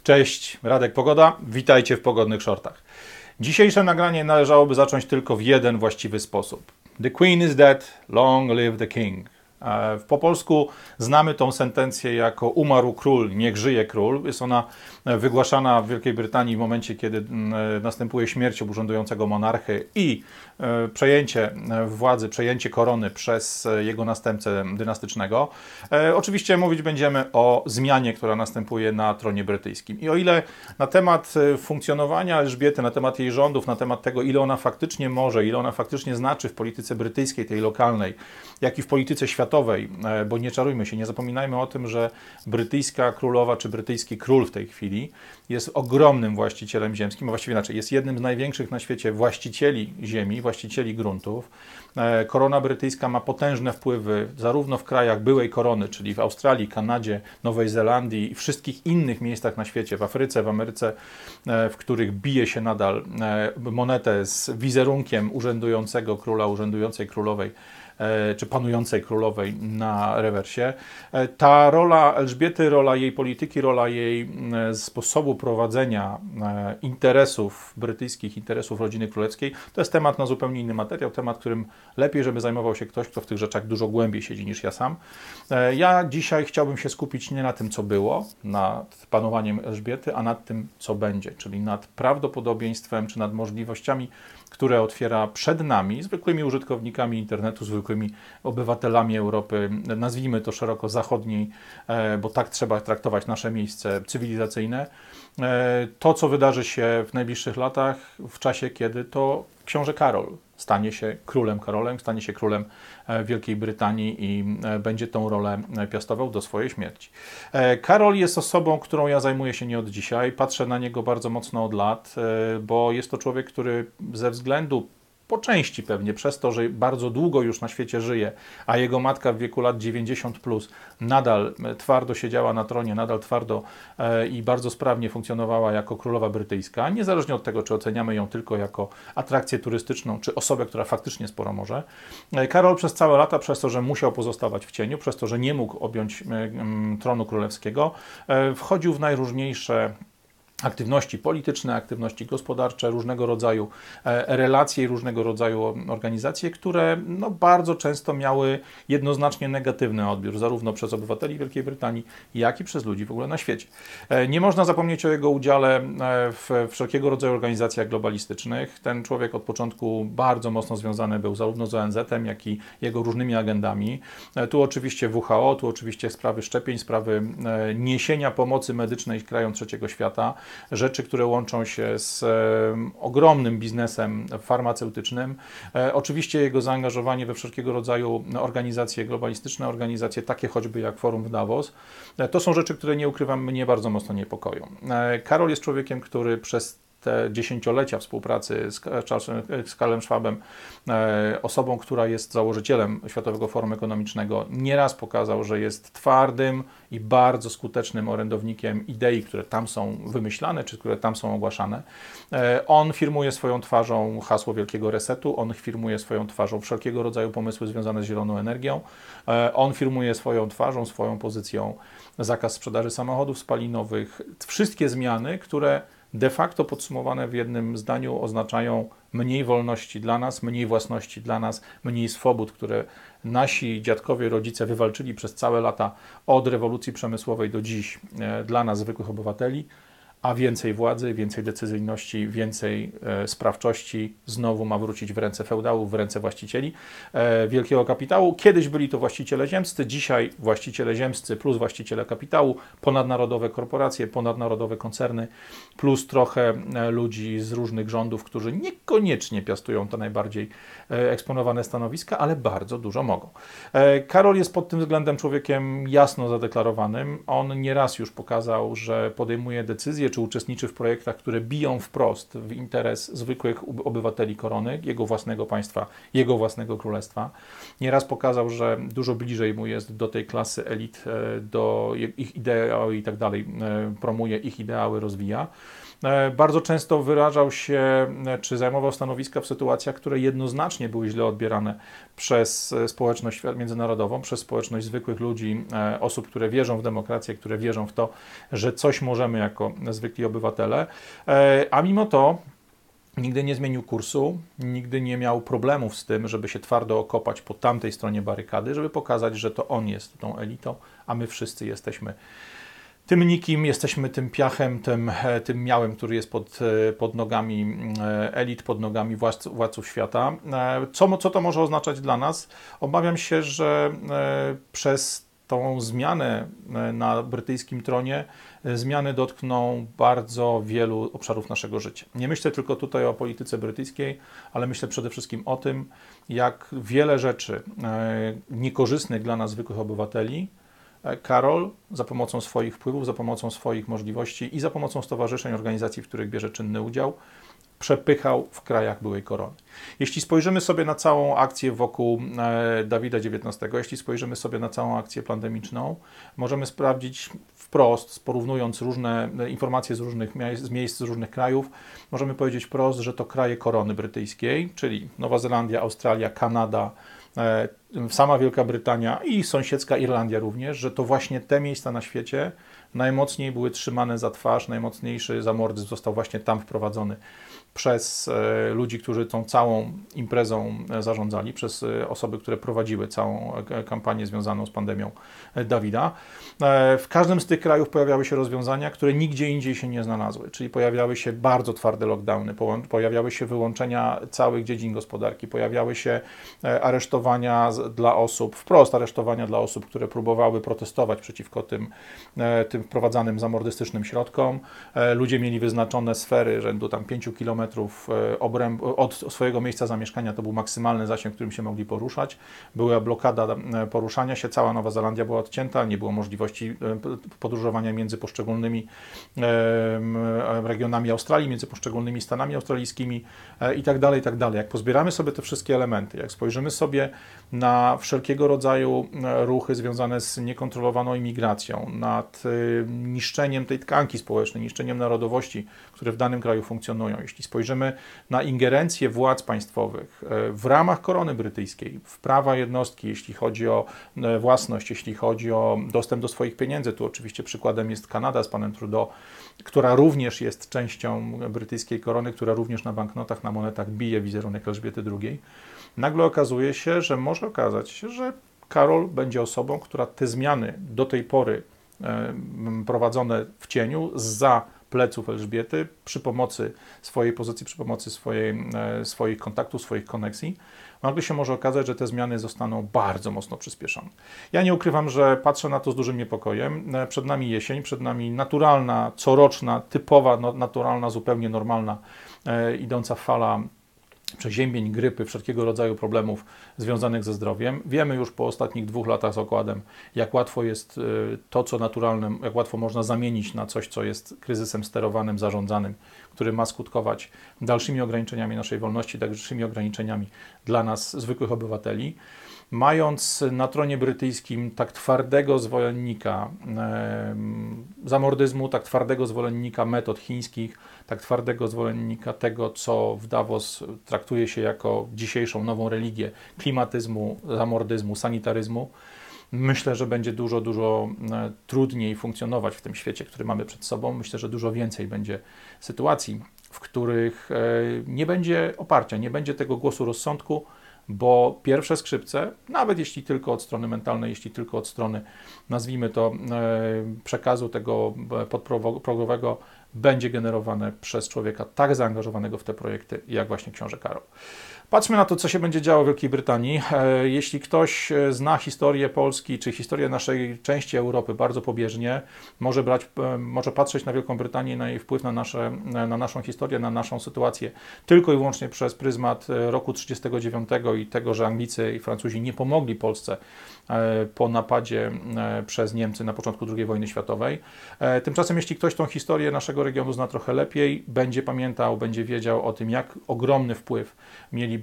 Cześć, Radek Pogoda, witajcie w Pogodnych Shortach. Dzisiejsze nagranie należałoby zacząć tylko w jeden właściwy sposób. The Queen is dead, long live the King. Po polsku znamy tą sentencję jako umarł król, niech żyje król. Jest ona wygłaszana w Wielkiej Brytanii w momencie, kiedy następuje śmierć oburzędującego monarchy i przejęcie władzy, przejęcie korony przez jego następcę dynastycznego. Oczywiście mówić będziemy o zmianie, która następuje na tronie brytyjskim. I o ile na temat funkcjonowania Elżbiety, na temat jej rządów, na temat tego, ile ona faktycznie może, ile ona faktycznie znaczy w polityce brytyjskiej, tej lokalnej, jak i w polityce światowej, bo nie czarujmy się, nie zapominajmy o tym, że brytyjska królowa czy brytyjski król w tej chwili jest ogromnym właścicielem ziemskim, a właściwie inaczej, jest jednym z największych na świecie właścicieli ziemi, właścicieli gruntów. Korona brytyjska ma potężne wpływy zarówno w krajach byłej korony, czyli w Australii, Kanadzie, Nowej Zelandii i wszystkich innych miejscach na świecie, w Afryce, w Ameryce, w których bije się nadal monetę z wizerunkiem urzędującego króla, urzędującej królowej, czy panującej królowej na rewersie. Ta rola Elżbiety, rola jej polityki, rola jej sposobu prowadzenia interesów brytyjskich, interesów rodziny królewskiej, to jest temat na zupełnie inny materiał, temat, którym lepiej, żeby zajmował się ktoś, kto w tych rzeczach dużo głębiej siedzi niż ja sam. Ja dzisiaj chciałbym się skupić nie na tym, co było, nad panowaniem Elżbiety, a nad tym, co będzie, czyli nad prawdopodobieństwem, czy nad możliwościami, które otwiera przed nami, zwykłymi użytkownikami internetu, zwykłymi obywatelami Europy, nazwijmy to szeroko zachodniej, bo tak trzeba traktować nasze miejsce cywilizacyjne. To, co wydarzy się w najbliższych latach, w czasie, kiedy to książę Karol stanie się królem Karolem, stanie się królem Wielkiej Brytanii i będzie tą rolę piastował do swojej śmierci. Karol jest osobą, którą ja zajmuję się nie od dzisiaj. Patrzę na niego bardzo mocno od lat, bo jest to człowiek, który ze względu po części pewnie przez to, że bardzo długo już na świecie żyje, a jego matka w wieku lat 90 plus nadal twardo siedziała na tronie, nadal twardo i bardzo sprawnie funkcjonowała jako królowa brytyjska, niezależnie od tego, czy oceniamy ją tylko jako atrakcję turystyczną, czy osobę, która faktycznie sporo może. Karol przez całe lata, przez to, że musiał pozostawać w cieniu, przez to, że nie mógł objąć tronu królewskiego, wchodził w najróżniejsze aktywności polityczne, aktywności gospodarcze, różnego rodzaju relacje i różnego rodzaju organizacje, które bardzo często miały jednoznacznie negatywny odbiór, zarówno przez obywateli Wielkiej Brytanii, jak i przez ludzi w ogóle na świecie. Nie można zapomnieć o jego udziale w wszelkiego rodzaju organizacjach globalistycznych. Ten człowiek od początku bardzo mocno związany był zarówno z ONZ-em, jak i jego różnymi agendami. Tu oczywiście WHO, tu oczywiście sprawy szczepień, sprawy niesienia pomocy medycznej krajom trzeciego świata, rzeczy, które łączą się z ogromnym biznesem farmaceutycznym. Oczywiście jego zaangażowanie we wszelkiego rodzaju organizacje globalistyczne, organizacje takie choćby jak Forum w Davos. To są rzeczy, które nie ukrywam, mnie bardzo mocno niepokoją. Karol jest człowiekiem, który przez te dziesięciolecia współpracy z Karlem Schwabem, osobą, która jest założycielem Światowego Forum Ekonomicznego, nieraz pokazał, że jest twardym i bardzo skutecznym orędownikiem idei, które tam są wymyślane, czy które tam są ogłaszane. On firmuje swoją twarzą hasło Wielkiego Resetu, on firmuje swoją twarzą wszelkiego rodzaju pomysły związane z zieloną energią, on firmuje swoją twarzą, swoją pozycją zakaz sprzedaży samochodów spalinowych, wszystkie zmiany, które de facto podsumowane w jednym zdaniu oznaczają mniej wolności dla nas, mniej własności dla nas, mniej swobód, które nasi dziadkowie, rodzice wywalczyli przez całe lata od rewolucji przemysłowej do dziś dla nas, zwykłych obywateli, a więcej władzy, więcej decyzyjności, więcej sprawczości znowu ma wrócić w ręce feudałów, w ręce właścicieli wielkiego kapitału. Kiedyś byli to właściciele ziemscy, dzisiaj właściciele ziemscy plus właściciele kapitału, ponadnarodowe korporacje, ponadnarodowe koncerny, plus trochę ludzi z różnych rządów, którzy niekoniecznie piastują te najbardziej eksponowane stanowiska, ale bardzo dużo mogą. Karol jest pod tym względem człowiekiem jasno zadeklarowanym. On nieraz już pokazał, że podejmuje decyzje, czy uczestniczy w projektach, które biją wprost w interes zwykłych obywateli korony, jego własnego państwa, jego własnego królestwa. Nieraz pokazał, że dużo bliżej mu jest do tej klasy elit, do ich ideały i tak dalej, promuje ich ideały, rozwija. Bardzo często wyrażał się, czy zajmował stanowiska w sytuacjach, które jednoznacznie były źle odbierane przez społeczność międzynarodową, przez społeczność zwykłych ludzi, osób, które wierzą w demokrację, które wierzą w to, że coś możemy jako zwykli obywatele, a mimo to nigdy nie zmienił kursu, nigdy nie miał problemów z tym, żeby się twardo okopać po tamtej stronie barykady, żeby pokazać, że to on jest tą elitą, a my wszyscy jesteśmy tym nikim, jesteśmy tym piachem, tym miałem, który jest pod nogami elit, pod nogami władców świata. Co to może oznaczać dla nas? Obawiam się, że przez tą zmianę na brytyjskim tronie zmiany dotkną bardzo wielu obszarów naszego życia. Nie myślę tylko tutaj o polityce brytyjskiej, ale myślę przede wszystkim o tym, jak wiele rzeczy niekorzystnych dla nas, zwykłych obywateli, Karol za pomocą swoich wpływów, za pomocą swoich możliwości i za pomocą stowarzyszeń, organizacji, w których bierze czynny udział, przepychał w krajach byłej korony. Jeśli spojrzymy sobie na całą akcję wokół Dawida XIX, jeśli spojrzymy sobie na całą akcję pandemiczną, możemy sprawdzić wprost, porównując różne informacje z różnych miejsc, z różnych krajów, możemy powiedzieć wprost, że to kraje korony brytyjskiej, czyli Nowa Zelandia, Australia, Kanada, sama Wielka Brytania i sąsiedzka Irlandia również, że to właśnie te miejsca na świecie najmocniej były trzymane za twarz, najmocniejszy zamordyzm został właśnie tam wprowadzony przez ludzi, którzy tą całą imprezą zarządzali, przez osoby, które prowadziły całą kampanię związaną z pandemią Dawida. W każdym z tych krajów pojawiały się rozwiązania, które nigdzie indziej się nie znalazły, czyli pojawiały się bardzo twarde lockdowny, pojawiały się wyłączenia całych dziedzin gospodarki, pojawiały się aresztowania dla osób, wprost aresztowania dla osób, które próbowały protestować przeciwko tym wprowadzanym zamordystycznym środkom. Ludzie mieli wyznaczone sfery rzędu tam 5 km od swojego miejsca zamieszkania, to był maksymalny zasięg, w którym się mogli poruszać. Była blokada poruszania się, cała Nowa Zelandia była odcięta, nie było możliwości podróżowania między poszczególnymi regionami Australii, między poszczególnymi stanami australijskimi i tak dalej, i tak dalej. Jak pozbieramy sobie te wszystkie elementy, jak spojrzymy sobie na wszelkiego rodzaju ruchy związane z niekontrolowaną imigracją, nad niszczeniem tej tkanki społecznej, niszczeniem narodowości, które w danym kraju funkcjonują, jeśli spojrzymy na ingerencję władz państwowych w ramach korony brytyjskiej, w prawa jednostki, jeśli chodzi o własność, jeśli chodzi o dostęp do swoich pieniędzy, tu oczywiście przykładem jest Kanada z panem Trudeau, która również jest częścią brytyjskiej korony, która również na banknotach, na monetach bije wizerunek Elżbiety II, nagle okazuje się, że może okazać się, że Karol będzie osobą, która te zmiany do tej pory prowadzone w cieniu, zza pleców Elżbiety, przy pomocy swojej pozycji, przy pomocy swoich kontaktów, swoich koneksji, nagle się może okazać, że te zmiany zostaną bardzo mocno przyspieszone. Ja nie ukrywam, że patrzę na to z dużym niepokojem. Przed nami jesień, przed nami naturalna, coroczna, typowa, naturalna, zupełnie normalna, idąca fala przeziębień, grypy, wszelkiego rodzaju problemów związanych ze zdrowiem. Wiemy już po ostatnich 2 latach z okładem, jak łatwo jest to, co naturalne, jak łatwo można zamienić na coś, co jest kryzysem sterowanym, zarządzanym, który ma skutkować dalszymi ograniczeniami naszej wolności, dalszymi ograniczeniami dla nas, zwykłych obywateli. Mając na tronie brytyjskim tak twardego zwolennika zamordyzmu, tak twardego zwolennika metod chińskich, tak twardego zwolennika tego, co w Davos traktuje się jako dzisiejszą nową religię klimatyzmu, zamordyzmu, sanitaryzmu, myślę, że będzie dużo trudniej funkcjonować w tym świecie, który mamy przed sobą. Myślę, że dużo więcej będzie sytuacji, w których nie będzie oparcia, nie będzie tego głosu rozsądku, bo pierwsze skrzypce, nawet jeśli tylko od strony mentalnej, jeśli tylko od strony, nazwijmy to, przekazu tego podprogowego, będzie generowane przez człowieka tak zaangażowanego w te projekty, jak właśnie książę Karol. Patrzmy na to, co się będzie działo w Wielkiej Brytanii. Jeśli ktoś zna historię Polski, czy historię naszej części Europy bardzo pobieżnie, może patrzeć na Wielką Brytanię, na jej wpływ na naszą historię, na naszą sytuację tylko i wyłącznie przez pryzmat roku 1939 i tego, że Anglicy i Francuzi nie pomogli Polsce po napadzie przez Niemcy na początku II wojny światowej. Tymczasem, jeśli ktoś tą historię naszego regionu zna trochę lepiej, będzie pamiętał, będzie wiedział o tym, jak ogromny wpływ mieli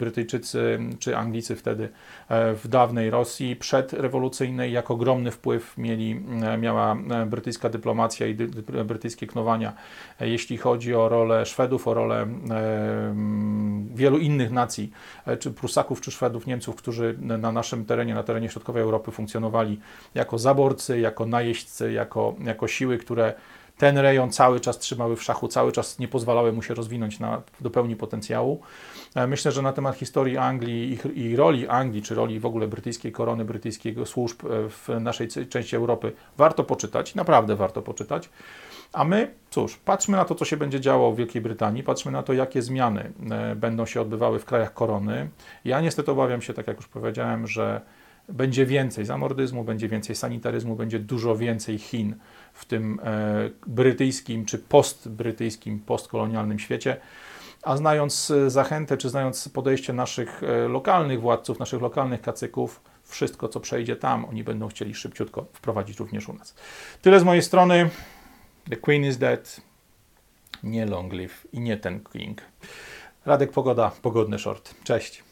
Brytyjczycy czy Anglicy wtedy w dawnej Rosji przedrewolucyjnej, jak ogromny wpływ miała brytyjska dyplomacja i brytyjskie knowania, jeśli chodzi o rolę Szwedów, o rolę wielu innych nacji, czy Prusaków, czy Szwedów, Niemców, którzy na naszym terenie, na terenie środkowej Europy funkcjonowali jako zaborcy, jako najeźdźcy, jako siły, które ten rejon cały czas trzymały w szachu, cały czas nie pozwalały mu się rozwinąć do pełni potencjału. Myślę, że na temat historii Anglii i roli Anglii, czy roli w ogóle brytyjskiej korony, brytyjskiego służb w naszej części Europy warto poczytać, naprawdę warto poczytać. A my, cóż, patrzmy na to, co się będzie działo w Wielkiej Brytanii, patrzmy na to, jakie zmiany będą się odbywały w krajach korony. Ja niestety obawiam się, tak jak już powiedziałem, że będzie więcej zamordyzmu, będzie więcej sanitaryzmu, będzie dużo więcej Chin w tym brytyjskim czy postbrytyjskim, postkolonialnym świecie. A znając zachętę, czy znając podejście naszych lokalnych władców, naszych lokalnych kacyków, wszystko, co przejdzie tam, oni będą chcieli szybciutko wprowadzić również u nas. Tyle z mojej strony. The Queen is dead. Nie long live i nie ten king. Radek Pogoda, Pogodny Short. Cześć.